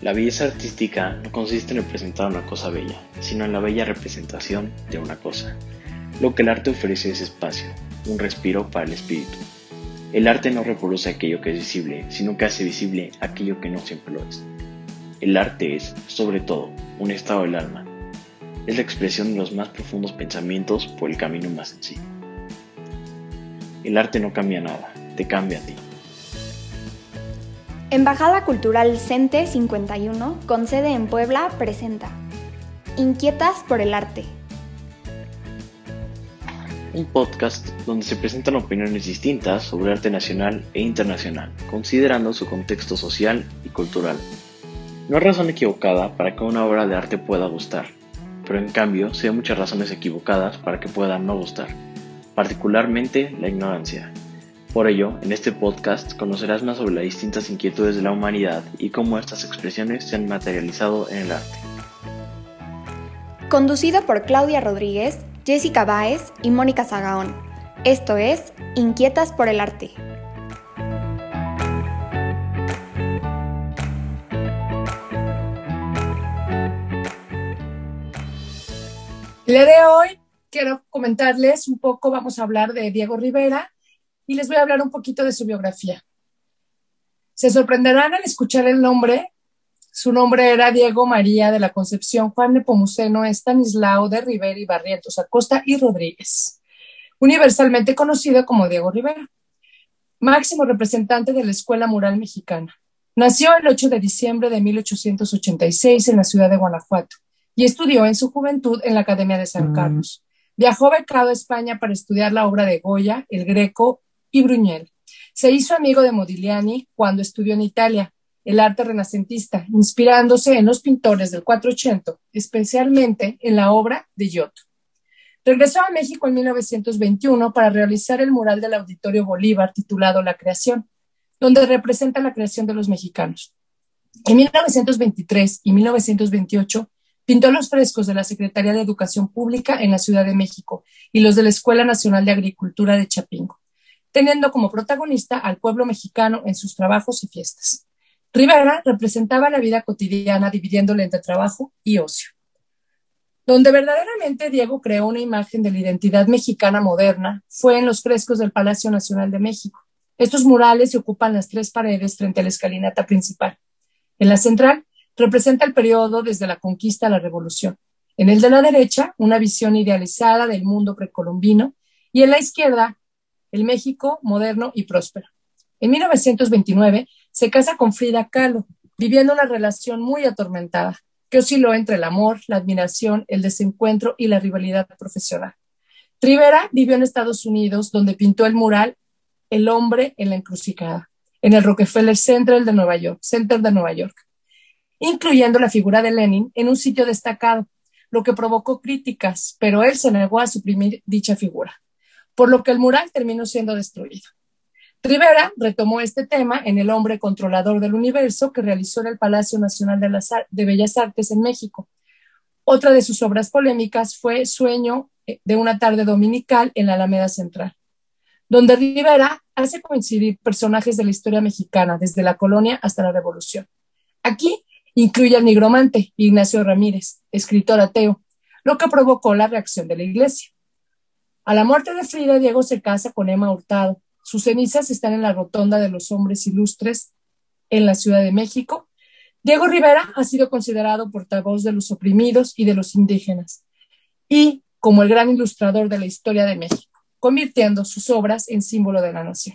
La belleza artística no consiste en representar una cosa bella, sino en la bella representación de una cosa. Lo que el arte ofrece es espacio, un respiro para el espíritu. El arte no reproduce aquello que es visible, sino que hace visible aquello que no siempre lo es. El arte es, sobre todo, un estado del alma. Es la expresión de los más profundos pensamientos por el camino más sencillo. El arte no cambia nada, te cambia a ti. Embajada Cultural CENTE 51, con sede en Puebla, presenta Inquietas por el Arte. Un podcast donde se presentan opiniones distintas sobre arte nacional e internacional, considerando su contexto social y cultural. No hay razón equivocada para que una obra de arte pueda gustar, pero en cambio sí hay muchas razones equivocadas para que pueda no gustar, particularmente la ignorancia. Por ello, en este podcast conocerás más sobre las distintas inquietudes de la humanidad y cómo estas expresiones se han materializado en el arte. Conducido por Claudia Rodríguez, Jessica Báez y Mónica Sagaón. Esto es Inquietas por el Arte. El día de hoy quiero comentarles un poco, vamos a hablar de Diego Rivera y les voy a hablar un poquito de su biografía. Se sorprenderán al escuchar el nombre. Su nombre era Diego María de la Concepción Juan Nepomuceno Estanislao de Rivera y Barrientos Acosta y Rodríguez, universalmente conocido como Diego Rivera, máximo representante de la Escuela Mural Mexicana. Nació el 8 de diciembre de 1886 en la ciudad de Guanajuato y estudió en su juventud en la Academia de San Carlos. Viajó becado a España para estudiar la obra de Goya, El Greco y Bruñel. Se hizo amigo de Modigliani cuando estudió en Italia el arte renacentista, inspirándose en los pintores del 480, especialmente en la obra de Giotto. Regresó a México en 1921 para realizar el mural del Auditorio Bolívar titulado La Creación, donde representa la creación de los mexicanos. En 1923 y 1928 pintó los frescos de la Secretaría de Educación Pública en la Ciudad de México y los de la Escuela Nacional de Agricultura de Chapingo, teniendo como protagonista al pueblo mexicano en sus trabajos y fiestas. Rivera representaba la vida cotidiana dividiéndola entre trabajo y ocio. Donde verdaderamente Diego creó una imagen de la identidad mexicana moderna fue en los frescos del Palacio Nacional de México. Estos murales ocupan las 3 paredes frente a la escalinata principal. En la central representa el periodo desde la conquista a la revolución. En el de la derecha, una visión idealizada del mundo precolombino y en la izquierda, el México moderno y próspero. En 1929 se casa con Frida Kahlo, viviendo una relación muy atormentada, que osciló entre el amor, la admiración, el desencuentro y la rivalidad profesional. Rivera vivió en Estados Unidos, donde pintó el mural El hombre en la encrucijada, en el Rockefeller Center de Nueva York, incluyendo la figura de Lenin en un sitio destacado, lo que provocó críticas, pero él se negó a suprimir dicha figura, por lo que el mural terminó siendo destruido. Rivera retomó este tema en El hombre controlador del universo que realizó en el Palacio Nacional de Bellas Artes en México. Otra de sus obras polémicas fue Sueño de una tarde dominical en la Alameda Central, donde Rivera hace coincidir personajes de la historia mexicana desde la colonia hasta la revolución. Aquí incluye al nigromante Ignacio Ramírez, escritor ateo, lo que provocó la reacción de la iglesia. A la muerte de Frida, Diego se casa con Emma Hurtado. Sus cenizas están en la Rotonda de los Hombres Ilustres en la Ciudad de México. Diego Rivera ha sido considerado portavoz de los oprimidos y de los indígenas y como el gran ilustrador de la historia de México, convirtiendo sus obras en símbolo de la nación.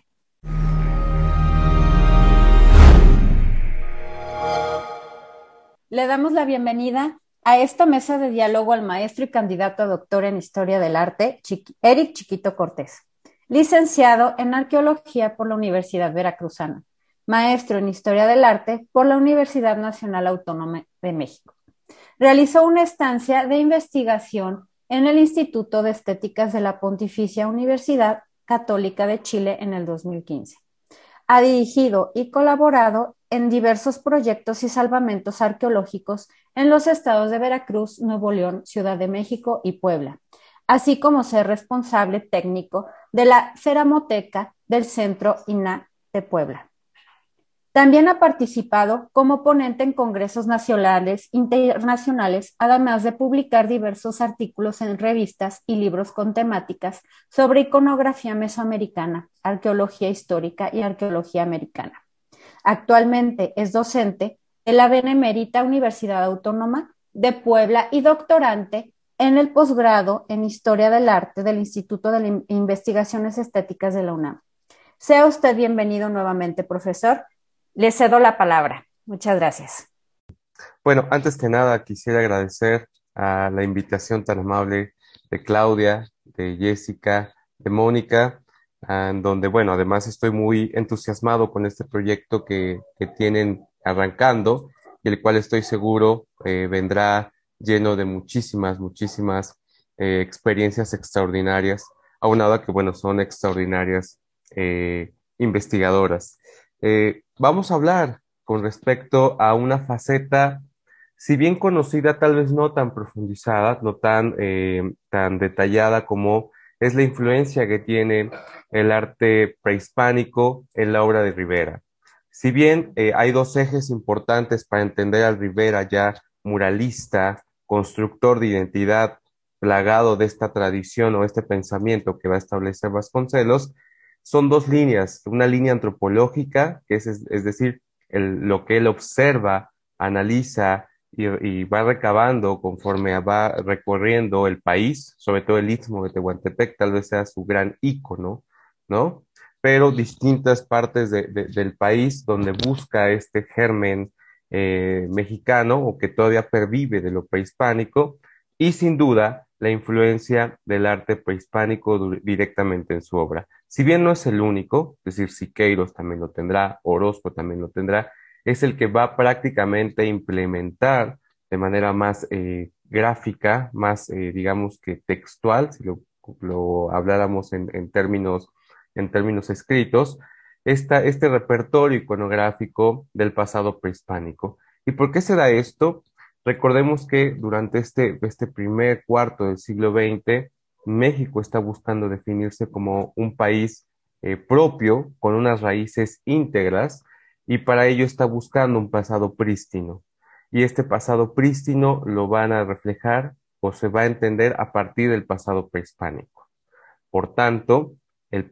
Le damos la bienvenida a esta mesa de diálogo al maestro y candidato a doctor en Historia del Arte, Eric Chiquito Cortés, licenciado en Arqueología por la Universidad Veracruzana, maestro en Historia del Arte por la Universidad Nacional Autónoma de México. Realizó una estancia de investigación en el Instituto de Estéticas de la Pontificia Universidad Católica de Chile en el 2015. Ha dirigido y colaborado en diversos proyectos y salvamentos arqueológicos en los estados de Veracruz, Nuevo León, Ciudad de México y Puebla, así como ser responsable técnico de la Ceramoteca del Centro INAH de Puebla. También ha participado como ponente en congresos nacionales e internacionales, además de publicar diversos artículos en revistas y libros con temáticas sobre iconografía mesoamericana, arqueología histórica y arqueología americana. Actualmente es docente de la Benemérita Universidad Autónoma de Puebla y doctorante en el posgrado en Historia del Arte del Instituto de Investigaciones Estéticas de la UNAM. Sea usted bienvenido nuevamente, profesor. Le cedo la palabra. Muchas gracias. Bueno, antes que nada quisiera agradecer a la invitación tan amable de Claudia, de Jessica, de Mónica, en donde, bueno, además estoy muy entusiasmado con este proyecto que tienen arrancando y el cual estoy seguro vendrá lleno de muchísimas experiencias extraordinarias, aunado a que, bueno, son extraordinarias investigadoras. Vamos a hablar con respecto a una faceta, si bien conocida, tal vez no tan profundizada, no tan detallada como es la influencia que tiene el arte prehispánico en la obra de Rivera. Si bien hay dos ejes importantes para entender al Rivera ya muralista, constructor de identidad, plagado de esta tradición o este pensamiento que va a establecer Vasconcelos, son dos líneas, una línea antropológica, que es decir, lo que él observa, analiza y va recabando conforme va recorriendo el país, sobre todo el Istmo de Tehuantepec, tal vez sea su gran ícono, ¿no? Pero distintas partes del país donde busca este germen mexicano o que todavía pervive de lo prehispánico y sin duda la influencia del arte prehispánico directamente en su obra. Si bien no es el único, es decir, Siqueiros también lo tendrá, Orozco también lo tendrá, es el que va prácticamente a implementar de manera más gráfica, más digamos que textual, si lo habláramos en términos escritos, este repertorio iconográfico del pasado prehispánico. ¿Y por qué se da esto? Recordemos que durante este primer cuarto del siglo XX, México está buscando definirse como un país propio, con unas raíces íntegras, y para ello está buscando un pasado prístino. Y este pasado prístino lo van a reflejar o se va a entender a partir del pasado prehispánico. Por tanto, el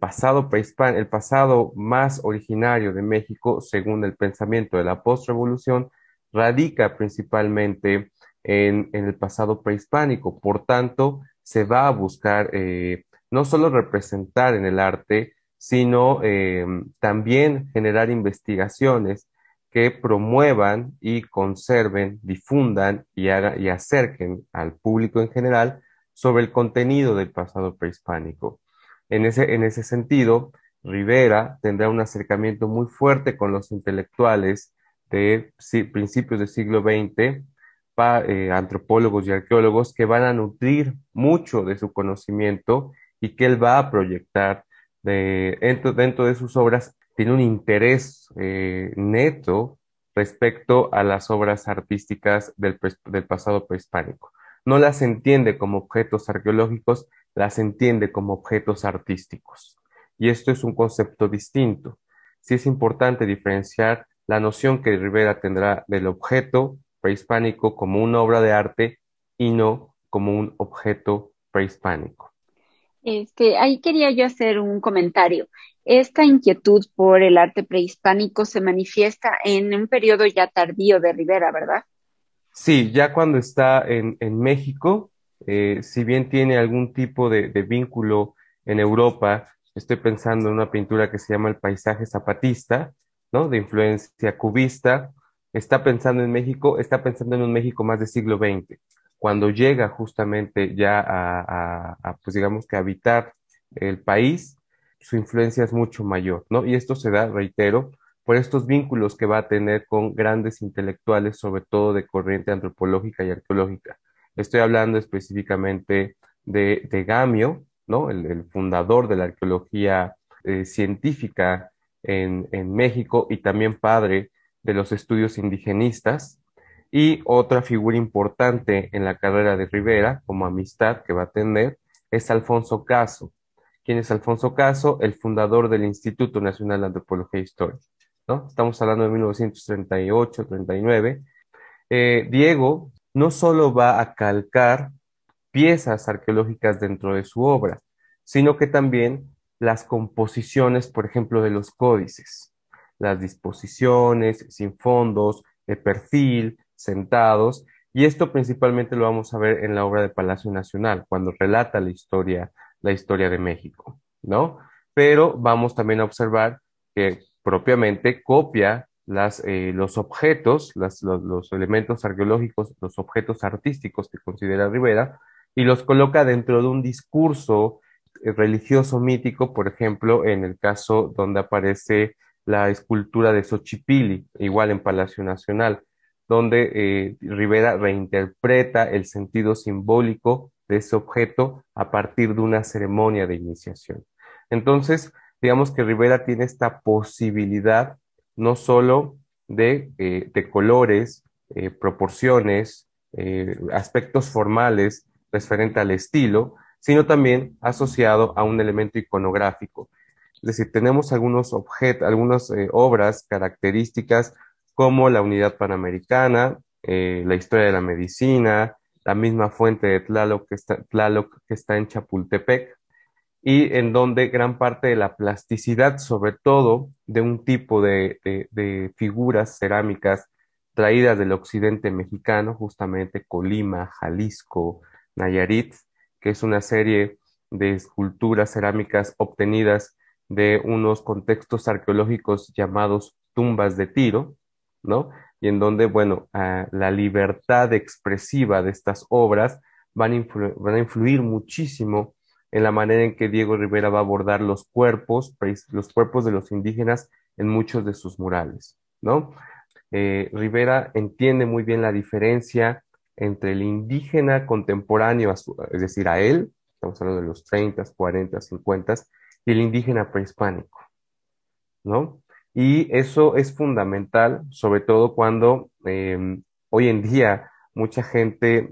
pasado más originario de México, según el pensamiento de la postrevolución, radica principalmente en el pasado prehispánico. Por tanto, se va a buscar no solo representar en el arte, sino también generar investigaciones que promuevan y conserven, difundan y acerquen al público en general sobre el contenido del pasado prehispánico. En ese sentido, Rivera tendrá un acercamiento muy fuerte con los intelectuales de principios del siglo XX, antropólogos y arqueólogos que van a nutrir mucho de su conocimiento y que él va a proyectar dentro de sus obras. Tiene un interés neto respecto a las obras artísticas del pasado prehispánico. No las entiende como objetos arqueológicos, las entiende como objetos artísticos. Y esto es un concepto distinto. Sí es importante diferenciar la noción que Rivera tendrá del objeto prehispánico como una obra de arte y no como un objeto prehispánico. Ahí quería yo hacer un comentario. Esta inquietud por el arte prehispánico se manifiesta en un periodo ya tardío de Rivera, ¿verdad? Sí, ya cuando está en México, si bien tiene algún tipo de vínculo en Europa, estoy pensando en una pintura que se llama El paisaje zapatista, ¿no? De influencia cubista, está pensando en México, está pensando en un México más del siglo XX, cuando llega justamente ya pues digamos que a habitar el país, su influencia es mucho mayor, ¿no? Y esto se da, reitero, por estos vínculos que va a tener con grandes intelectuales, sobre todo de corriente antropológica y arqueológica. Estoy hablando específicamente de Gamio, ¿no? El fundador de la arqueología científica en México y también padre de los estudios indigenistas. Y otra figura importante en la carrera de Rivera, como amistad que va a tener, es Alfonso Caso. ¿Quién es Alfonso Caso? El fundador del Instituto Nacional de Antropología e Historia. ¿no? Estamos hablando de 1938, 39. Diego no solo va a calcar piezas arqueológicas dentro de su obra, sino que también las composiciones, por ejemplo, de los códices, las disposiciones sin fondos, de perfil, sentados, y esto principalmente lo vamos a ver en la obra de Palacio Nacional, cuando relata la historia de México, ¿no? Pero vamos también a observar que propiamente copia los objetos, los elementos arqueológicos, los objetos artísticos que considera Rivera, y los coloca dentro de un discurso religioso mítico, por ejemplo, en el caso donde aparece la escultura de Xochipilli, igual en Palacio Nacional, donde Rivera reinterpreta el sentido simbólico de ese objeto a partir de una ceremonia de iniciación. Entonces, digamos que Rivera tiene esta posibilidad no solo de colores, proporciones, aspectos formales, referente al estilo, sino también asociado a un elemento iconográfico. Es decir, tenemos algunos objetos, algunas obras características como la Unidad Panamericana, la historia de la medicina, la misma fuente de Tlaloc que está en Chapultepec, y en donde gran parte de la plasticidad, sobre todo de un tipo de figuras cerámicas traídas del occidente mexicano, justamente Colima, Jalisco, Nayarit, que es una serie de esculturas cerámicas obtenidas de unos contextos arqueológicos llamados tumbas de Tiro, ¿no? Y en donde, bueno, la libertad expresiva de estas obras van a influir muchísimo en la manera en que Diego Rivera va a abordar los cuerpos de los indígenas en muchos de sus murales, ¿no? Rivera entiende muy bien la diferencia entre el indígena contemporáneo, es decir, a él, estamos hablando de los 30, 40, 50, y el indígena prehispánico, ¿no? Y eso es fundamental, sobre todo cuando hoy en día mucha gente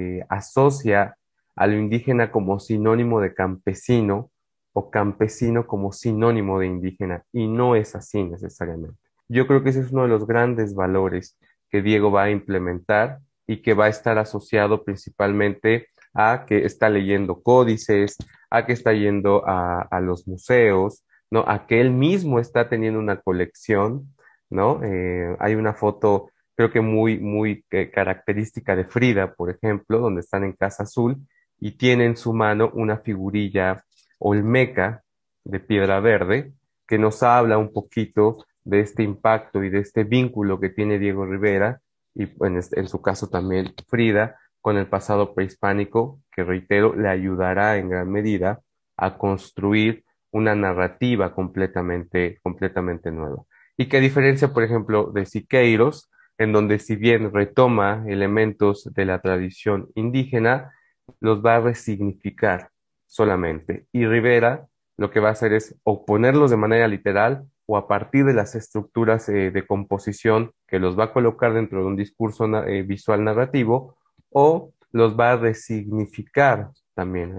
asocia a lo indígena como sinónimo de campesino o campesino como sinónimo de indígena, y no es así necesariamente. Yo creo que ese es uno de los grandes valores que Diego va a implementar y que va a estar asociado principalmente a que está leyendo códices, a que está yendo a los museos, ¿no? A que él mismo está teniendo una colección, ¿no? Hay una foto, creo que muy característica de Frida, por ejemplo, donde están en Casa Azul y tiene en su mano una figurilla olmeca de piedra verde que nos habla un poquito de este impacto y de este vínculo que tiene Diego Rivera y en su caso también Frida con el pasado prehispánico, que reitero, le ayudará en gran medida a construir una narrativa completamente nueva. Y que a diferencia, por ejemplo, de Siqueiros, en donde si bien retoma elementos de la tradición indígena, los va a resignificar solamente. Y Rivera lo que va a hacer es o ponerlos de manera literal o a partir de las estructuras de composición que los va a colocar dentro de un discurso visual narrativo o los va a resignificar también.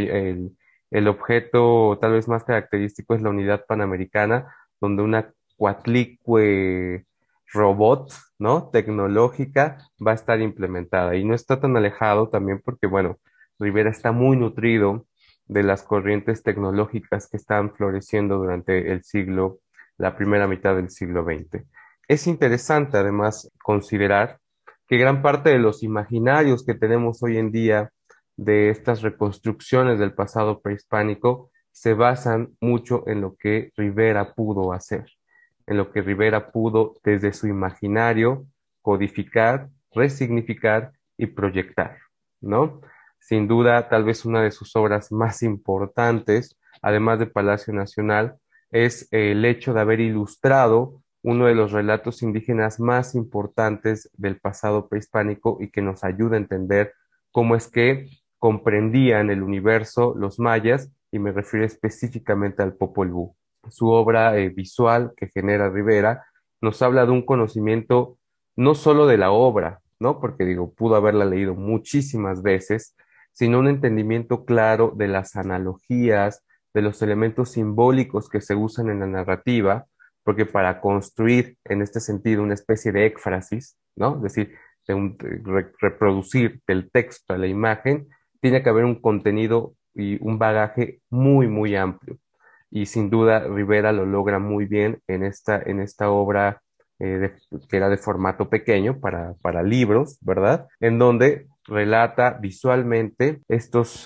El objeto tal vez más característico es la Unidad Panamericana, donde una cuatlicue robot, ¿no? Tecnológica va a estar implementada y no está tan alejado también porque, bueno, Rivera está muy nutrido de las corrientes tecnológicas que están floreciendo durante la primera mitad del siglo XX. Es interesante además considerar que gran parte de los imaginarios que tenemos hoy en día de estas reconstrucciones del pasado prehispánico se basan mucho en lo que Rivera pudo hacer, en lo que Rivera pudo desde su imaginario codificar, resignificar y proyectar, ¿no? Sin duda, tal vez una de sus obras más importantes, además de Palacio Nacional, es el hecho de haber ilustrado uno de los relatos indígenas más importantes del pasado prehispánico y que nos ayuda a entender cómo es que comprendían el universo los mayas, y me refiero específicamente al Popol Vuh. Su obra visual que genera Rivera nos habla de un conocimiento no solo de la obra, ¿no? Porque digo, pudo haberla leído muchísimas veces, sino un entendimiento claro de las analogías, de los elementos simbólicos que se usan en la narrativa, porque para construir en este sentido una especie de éfrasis, ¿no? Es decir, reproducir del texto a la imagen, tiene que haber un contenido y un bagaje muy, muy amplio. Y sin duda Rivera lo logra muy bien en esta obra que era de formato pequeño para libros, ¿verdad? En donde relata visualmente estos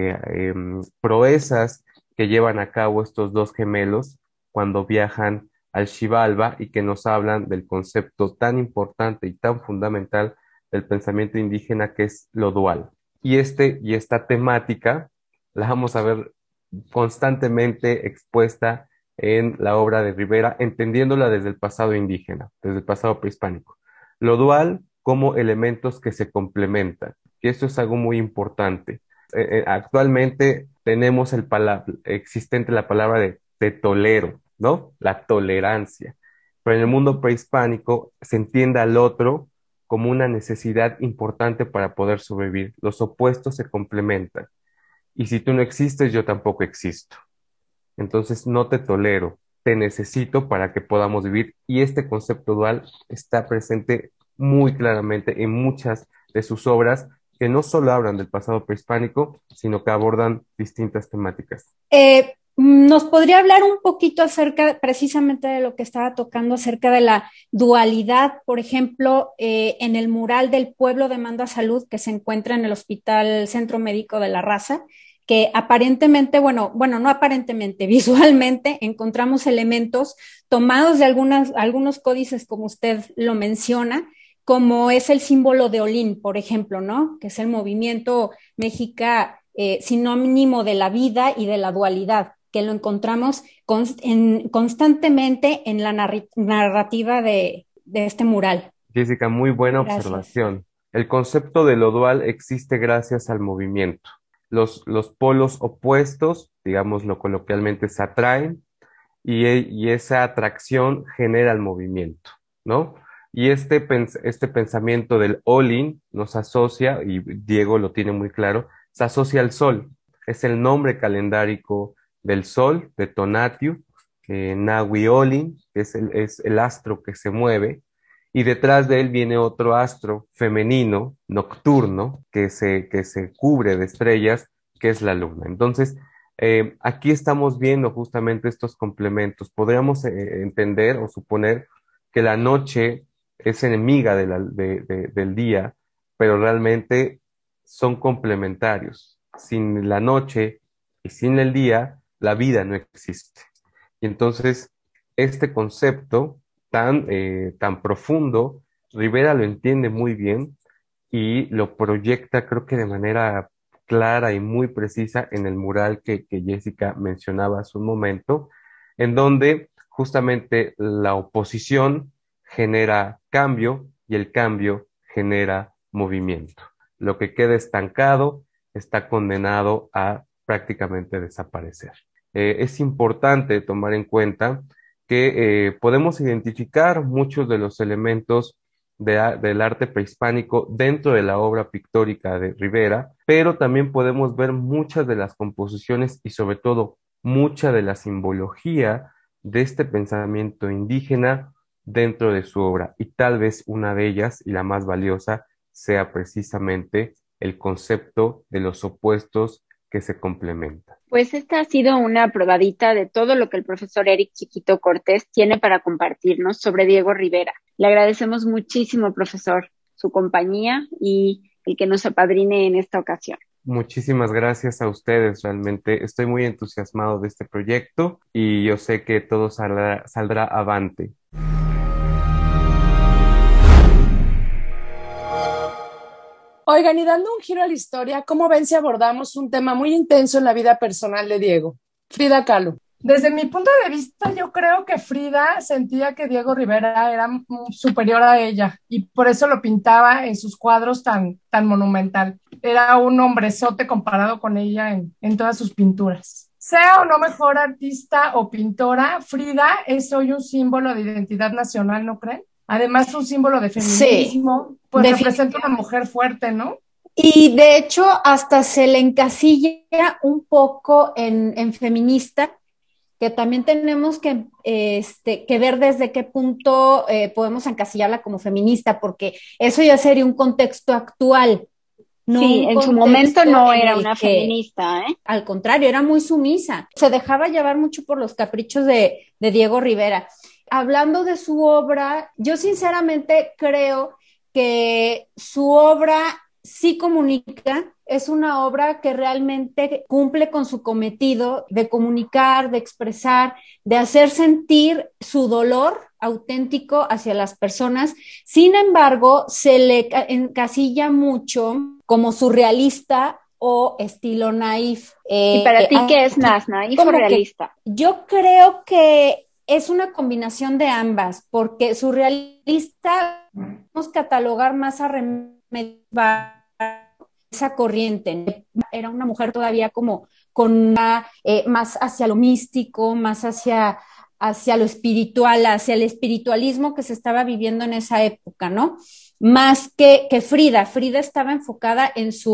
proezas que llevan a cabo estos dos gemelos cuando viajan al Xibalba y que nos hablan del concepto tan importante y tan fundamental del pensamiento indígena que es lo dual. Y esta temática la vamos a ver constantemente expuesta en la obra de Rivera, entendiéndola desde el pasado indígena, desde el pasado prehispánico. Lo dual como elementos que se complementan, y esto es algo muy importante. Actualmente tenemos existente la palabra de tolero, ¿no? La tolerancia. Pero en el mundo prehispánico se entiende al otro como una necesidad importante para poder sobrevivir. Los opuestos se complementan. Y si tú no existes, yo tampoco existo. Entonces no te tolero, te necesito para que podamos vivir. Y este concepto dual está presente muy claramente en muchas de sus obras que no solo hablan del pasado prehispánico, sino que abordan distintas temáticas. ¿Nos podría hablar un poquito acerca precisamente de lo que estaba tocando, acerca de la dualidad, por ejemplo, en el mural del Pueblo Demanda Salud que se encuentra en el Hospital Centro Médico de la Raza, que aparentemente, bueno, no aparentemente, visualmente encontramos elementos tomados de algunos códices, como usted lo menciona, como es el símbolo de Olin, por ejemplo, ¿no? Que es el movimiento mexica sinónimo de la vida y de la dualidad, que lo encontramos constantemente en la narrativa de este mural. Jessica, muy buena Gracias. observación. El concepto de lo dual existe gracias al movimiento. Los polos opuestos, digámoslo coloquialmente, se atraen y esa atracción genera el movimiento, ¿no? Y este pensamiento del all-in nos asocia, y Diego lo tiene muy claro, se asocia al sol. Es el nombre calendárico del sol, de Tonatiuh, Nahui Olin, que es el astro que se mueve, y detrás de él viene otro astro femenino, nocturno, que se cubre de estrellas, que es la luna. Entonces, aquí estamos viendo justamente estos complementos. Podríamos entender o suponer que la noche es enemiga del día, pero realmente son complementarios. Sin la noche y sin el día, la vida no existe. Y entonces, este concepto tan profundo, Rivera lo entiende muy bien y lo proyecta, creo que de manera clara y muy precisa en el mural que Jessica mencionaba hace un momento, en donde justamente la oposición genera cambio y el cambio genera movimiento. Lo que queda estancado está condenado a prácticamente desaparecer. Es importante tomar en cuenta que podemos identificar muchos de los elementos del arte prehispánico dentro de la obra pictórica de Rivera, pero también podemos ver muchas de las composiciones y sobre todo mucha de la simbología de este pensamiento indígena dentro de su obra. Y tal vez una de ellas, y la más valiosa, sea precisamente el concepto de los opuestos que se complementan. Pues esta ha sido una probadita de todo lo que el profesor Eric Chiquito Cortés tiene para compartirnos sobre Diego Rivera. Le agradecemos muchísimo, profesor, su compañía y el que nos apadrine en esta ocasión. Muchísimas gracias a ustedes, realmente estoy muy entusiasmado de este proyecto y yo sé que todo saldrá avante. Oigan, y dando un giro a la historia, ¿cómo ven si abordamos un tema muy intenso en la vida personal de Diego? Frida Kahlo. Desde mi punto de vista, yo creo que Frida sentía que Diego Rivera era superior a ella y por eso lo pintaba en sus cuadros tan monumental. Era un hombrezote comparado con ella en todas sus pinturas. Sea o no mejor artista o pintora, Frida es hoy un símbolo de identidad nacional, ¿no creen? Además, un símbolo de feminismo, sí, pues representa una mujer fuerte, ¿no? Y de hecho, hasta se le encasilla un poco en feminista, que también tenemos que ver desde qué punto podemos encasillarla como feminista, porque eso ya sería un contexto actual, no Sí, un en su momento contexto no en era el una que, feminista, ¿eh? al contrario, era muy sumisa. Se dejaba llevar mucho por los caprichos de Diego Rivera. Hablando de su obra, yo sinceramente creo que su obra sí comunica, es una obra que realmente cumple con su cometido de comunicar, de expresar, de hacer sentir su dolor auténtico hacia las personas. Sin embargo, se le encasilla mucho como surrealista o estilo naif. ¿Y para ti qué es Aquí más, naif o como que realista? yo creo que es una combinación de ambas, porque surrealista podemos catalogar más a Remedios esa corriente. Era una mujer todavía como con más hacia lo místico, más hacia lo espiritual, hacia el espiritualismo que se estaba viviendo en esa época, ¿no? Más que Frida. Frida estaba enfocada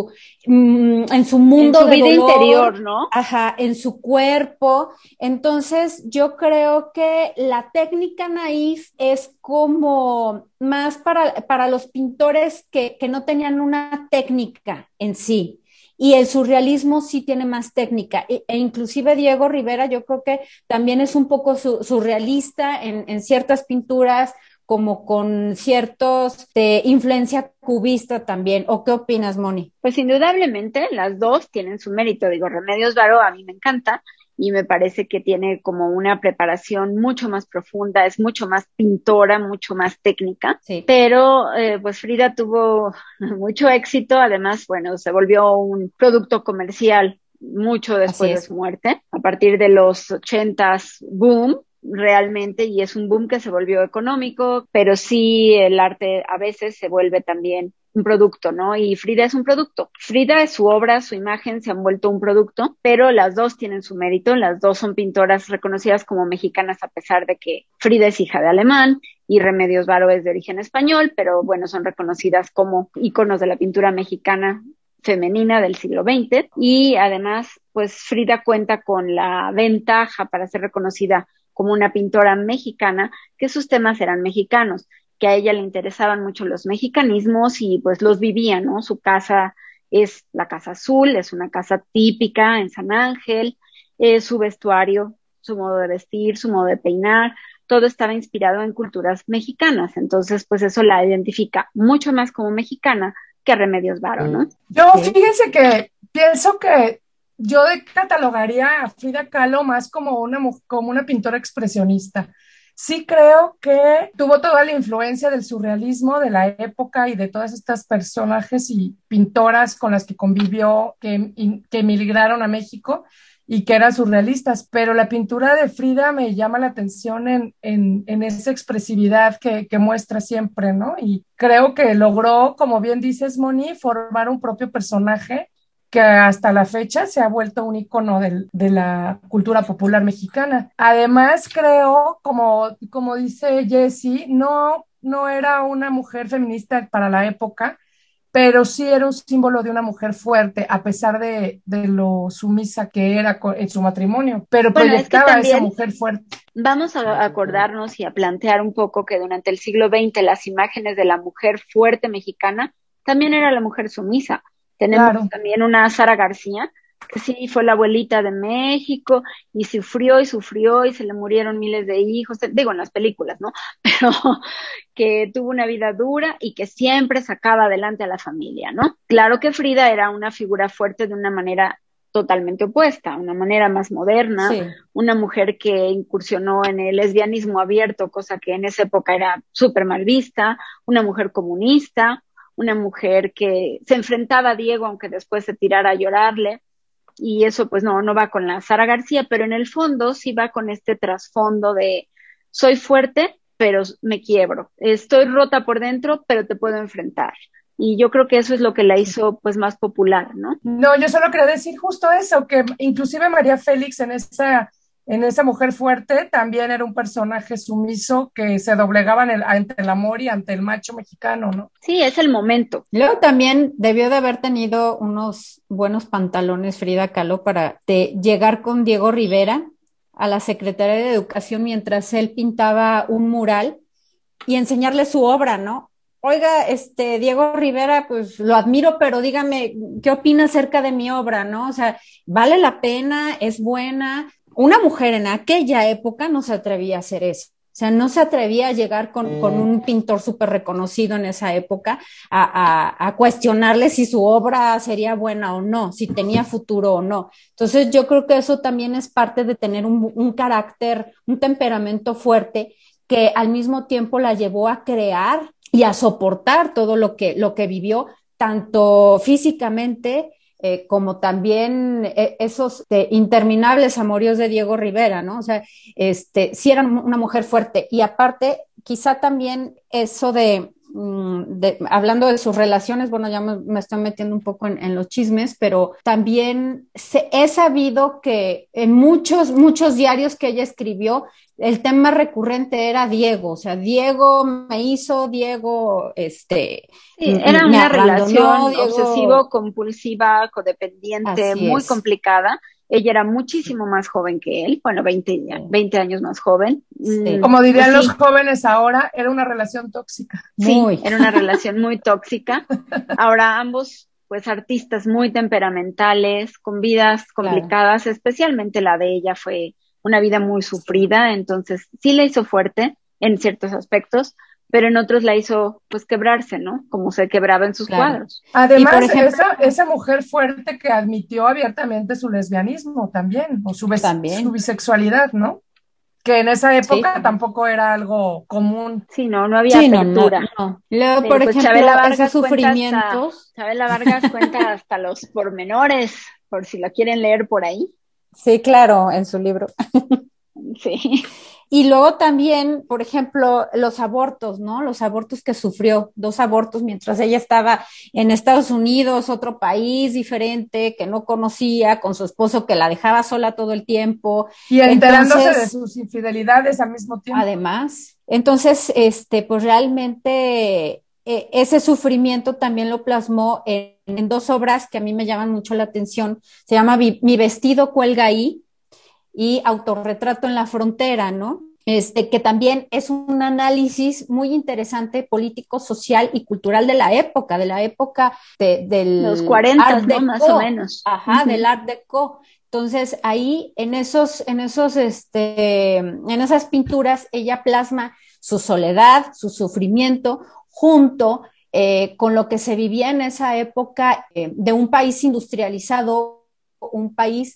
en su En mundo su de vida dolor, interior, ¿no? ajá, en su cuerpo. Entonces, yo creo que la técnica naif es como más para los pintores que no tenían una técnica en sí. Y el surrealismo sí tiene más técnica. Inclusive Diego Rivera, yo creo que también es un poco surrealista en ciertas pinturas, como con ciertos de influencia cubista también. ¿O qué opinas, Moni? Pues indudablemente las dos tienen su mérito. Digo, Remedios Varo a mí me encanta y me parece que tiene como una preparación mucho más profunda, es mucho más pintora, mucho más técnica, Sí, pero pues Frida tuvo mucho éxito, además, bueno, se volvió un producto comercial mucho así después de es. su muerte, a partir de los 80s, boom, realmente, y es un boom que se volvió económico, pero sí el arte a veces se vuelve también un producto, ¿no? Y Frida es un producto. Frida, su obra, su imagen se han vuelto un producto, pero las dos tienen su mérito, las dos son pintoras reconocidas como mexicanas a pesar de que Frida es hija de alemán y Remedios Varo es de origen español, pero bueno, son reconocidas como íconos de la pintura mexicana femenina del siglo XX y además, pues Frida cuenta con la ventaja para ser reconocida como una pintora mexicana, que sus temas eran mexicanos, que a ella le interesaban mucho los mexicanismos y pues los vivía, ¿no? Su casa es la Casa Azul, es una casa típica en San Ángel, su vestuario, su modo de vestir, su modo de peinar, todo estaba inspirado en culturas mexicanas, entonces pues eso la identifica mucho más como mexicana que a Remedios Varo, ¿no? Yo Sí. fíjense que pienso que yo catalogaría a Frida Kahlo más como como una pintora expresionista. Sí creo que tuvo toda la influencia del surrealismo de la época y de todas estas personajes y pintoras con las que convivió, que emigraron a México y que eran surrealistas, pero la pintura de Frida me llama la atención en esa expresividad que muestra siempre, ¿no? Y creo que logró, como bien dices, Moni, formar un propio personaje que hasta la fecha se ha vuelto un icono de la cultura popular mexicana. Además, creo, como dice Jessie, no era una mujer feminista para la época, pero sí era un símbolo de una mujer fuerte, a pesar de lo sumisa que era en su matrimonio, pero Bueno, es que proyectaba a esa también mujer fuerte. vamos a acordarnos y a plantear un poco que durante el siglo XX las imágenes de la mujer fuerte mexicana también era la mujer sumisa. Tenemos Claro. también una Sara García, que sí fue la abuelita de México y sufrió y se le murieron miles de hijos, digo en las películas, ¿no? Pero que tuvo una vida dura y que siempre sacaba adelante a la familia, ¿no? Claro que Frida era una figura fuerte de una manera totalmente opuesta, una manera más moderna, Sí. una mujer que incursionó en el lesbianismo abierto, cosa que en esa época era súper mal vista, una mujer comunista, una mujer que se enfrentaba a Diego aunque después se tirara a llorarle, y eso pues no va con la Sara García, pero en el fondo sí va con este trasfondo de soy fuerte, pero me quiebro, estoy rota por dentro, pero te puedo enfrentar. Y yo creo que eso es lo que la hizo pues más popular, ¿no? No, yo solo quería decir justo eso, que inclusive María Félix en esa mujer fuerte también era un personaje sumiso que se doblegaba ante el amor y ante el macho mexicano, ¿no? Sí, es el momento. Luego también debió de haber tenido unos buenos pantalones Frida Kahlo para llegar con Diego Rivera a la Secretaría de Educación mientras él pintaba un mural y enseñarle su obra, ¿no? Oiga, Diego Rivera, pues lo admiro, pero dígame, ¿qué opina acerca de mi obra, no? O sea, ¿vale la pena? ¿Es buena? Una mujer en aquella época no se atrevía a hacer eso. O sea, no se atrevía a llegar con un pintor súper reconocido en esa época a cuestionarle si su obra sería buena o no, si tenía futuro o no. Entonces, yo creo que eso también es parte de tener un carácter, un temperamento fuerte que al mismo tiempo la llevó a crear y a soportar todo lo que vivió, tanto físicamente como también esos interminables amoríos de Diego Rivera, ¿no? O sea, sí era una mujer fuerte. Y aparte, quizá también eso hablando de sus relaciones, bueno, ya me estoy metiendo un poco en los chismes, pero también he sabido que en muchos diarios que ella escribió, el tema recurrente era Diego, o sea, Diego me hizo, Diego, sí, era me una abandonó, relación Diego, obsesivo-compulsiva, codependiente, así muy es. complicada. Ella era muchísimo más joven que él, bueno, 20 años más joven. Sí. Como dirían Pues los jóvenes ahora, era una relación tóxica. Muy. Sí, era una relación muy tóxica. Ahora ambos, pues artistas muy temperamentales, con vidas complicadas, especialmente la de ella fue una vida muy sufrida, entonces sí la hizo fuerte en ciertos aspectos, pero en otros la hizo pues quebrarse, ¿no? Como se quebraba en sus Claro. cuadros. Además, Y por ejemplo, esa mujer fuerte que admitió abiertamente su lesbianismo también, o su también, bisexualidad, ¿no? Que en esa época sí. tampoco era algo común. Sí, no había Sí, apertura. no. Luego, Pero por pues ejemplo, esos sufrimientos, Chabela Vargas cuenta hasta los pormenores, por si la quieren leer por ahí. sí, claro, en su libro. Sí. Y luego también, por ejemplo, los abortos, ¿no? Los abortos que sufrió, 2 abortos mientras ella estaba en Estados Unidos, otro país diferente que no conocía, con su esposo que la dejaba sola todo el tiempo. Y enterándose de Entonces, sus infidelidades al mismo tiempo. además, entonces, pues realmente ese sufrimiento también lo plasmó en 2 obras que a mí me llaman mucho la atención. Se llama Mi vestido cuelga ahí y Autorretrato en la frontera, ¿no? Que también es un análisis muy interesante político, social y cultural de la época, del Los 40, Art ¿no? Deco, Más o menos. ajá, del Art Deco. Entonces ahí en esas pinturas ella plasma su soledad, su sufrimiento, junto con lo que se vivía en esa época de un país industrializado, un país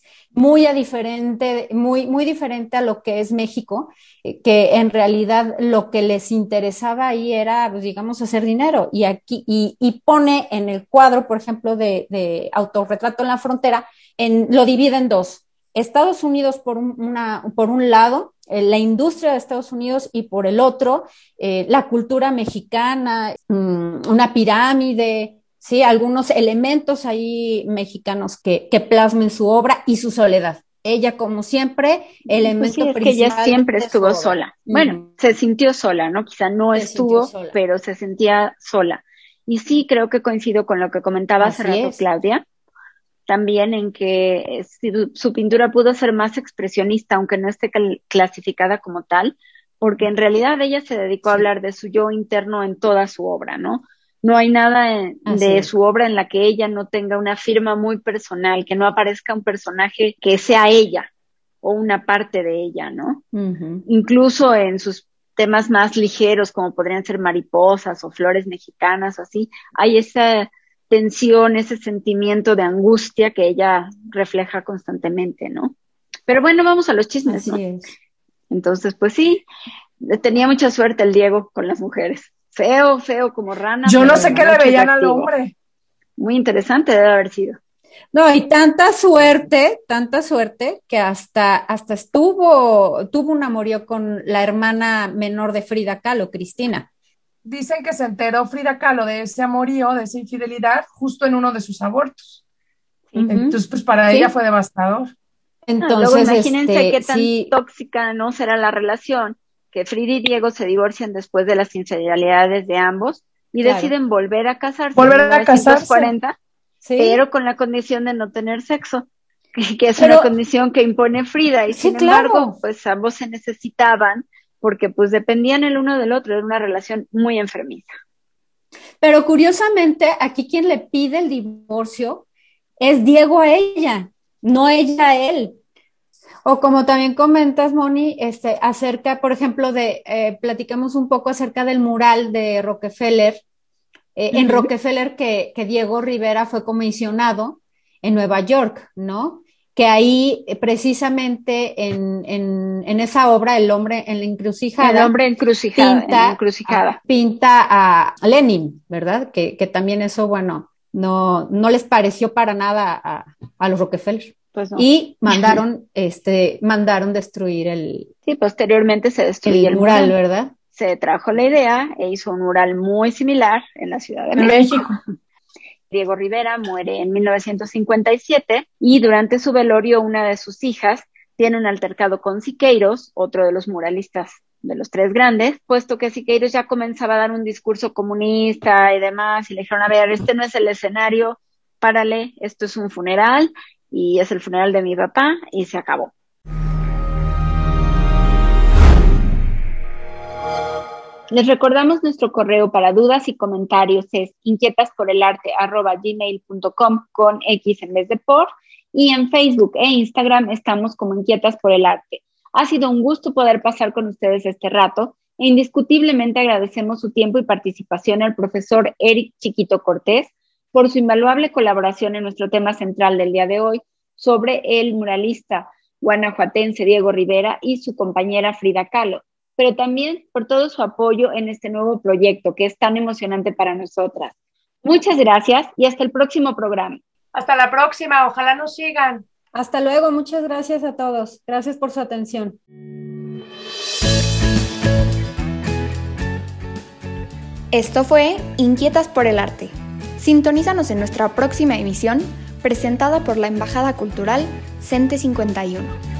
muy diferente a lo que es México, que en realidad lo que les interesaba ahí era, pues, digamos, hacer dinero. Y aquí, y pone en el cuadro, por ejemplo, de Autorretrato en la frontera, lo divide en dos. Estados Unidos por un lado, la industria de Estados Unidos, y por el otro, la cultura mexicana, una pirámide, sí, algunos elementos ahí mexicanos que plasmen su obra y su soledad. Ella, como siempre, elemento Pues sí, es que principal ella siempre de su estuvo obra. sola. Bueno, se sintió sola, ¿no? Quizá no Se sintió estuvo, sola. pero se sentía sola. Y sí, creo que coincido con lo que comentaba hace Así rato es. Claudia, también en que su pintura pudo ser más expresionista, aunque no esté clasificada como tal, porque en realidad ella se dedicó a Sí, hablar de su yo interno en toda su obra, ¿no? No hay nada así de es. su obra en la que ella no tenga una firma muy personal, que no aparezca un personaje que sea ella o una parte de ella, ¿no? Ujú. Incluso en sus temas más ligeros, como podrían ser mariposas o flores mexicanas o así, hay esa tensión, ese sentimiento de angustia que ella refleja constantemente, ¿no? Pero bueno, vamos a los chismes, ¿no? Así es. Entonces, pues sí, tenía mucha suerte el Diego con las mujeres. Feo, feo como rana, Yo no pero sé con qué le mucho veían al atractivo. hombre. Muy interesante debe haber sido. No, y tanta suerte, que hasta tuvo un amorío con la hermana menor de Frida Kahlo, Cristina. Dicen que se enteró Frida Kahlo de ese amorío, de esa infidelidad, justo en uno de sus abortos. Sí. Entonces, pues para ella Sí. fue devastador. Luego Entonces, imagínense qué tan sí, tóxica no será la relación, que Frida y Diego se divorcian después de las infidelidades de ambos y claro, deciden volver a casarse en Volver a casarse. 1940, sí, pero con la condición de no tener sexo. que es una condición que impone Frida, y sin embargo, pues ambos se necesitaban porque pues dependían el uno del otro, era una relación muy enfermiza. Pero curiosamente, aquí quien le pide el divorcio es Diego a ella, no ella a él. O como también comentas, Moni, acerca, por ejemplo, platicamos un poco acerca del mural de Rockefeller, en Rockefeller que Diego Rivera fue comisionado en Nueva York, ¿no? Que ahí precisamente en esa obra, El hombre en la encrucijada. El hombre encrucijada. Pinta a Lenin, ¿verdad? Que también eso, bueno, no les pareció para nada a los Rockefeller. Pues no. Y mandaron destruir Sí, posteriormente se destruyó el mural, ¿verdad? Se trajo la idea e hizo un mural muy similar en la Ciudad de México. Diego Rivera muere en 1957 y durante su velorio una de sus hijas tiene un altercado con Siqueiros, otro de los muralistas de los tres grandes, puesto que Siqueiros ya comenzaba a dar un discurso comunista y demás, y le dijeron, a ver, este no es el escenario, párale, esto es un funeral, y es el funeral de mi papá, y se acabó. Les recordamos nuestro correo para dudas y comentarios es inquietasporelarte@gmail.com con X en vez de por, y en Facebook e Instagram estamos como Inquietas por el Arte. Ha sido un gusto poder pasar con ustedes este rato e indiscutiblemente agradecemos su tiempo y participación al profesor Eric Chiquito Cortés por su invaluable colaboración en nuestro tema central del día de hoy sobre el muralista guanajuatense Diego Rivera y su compañera Frida Kahlo, pero también por todo su apoyo en este nuevo proyecto que es tan emocionante para nosotras. Muchas gracias y hasta el próximo programa. Hasta la próxima, ojalá nos sigan. Hasta luego, muchas gracias a todos. Gracias por su atención. Esto fue Inquietas por el Arte. Sintonízanos en nuestra próxima emisión, presentada por la Embajada Cultural CENTE 51.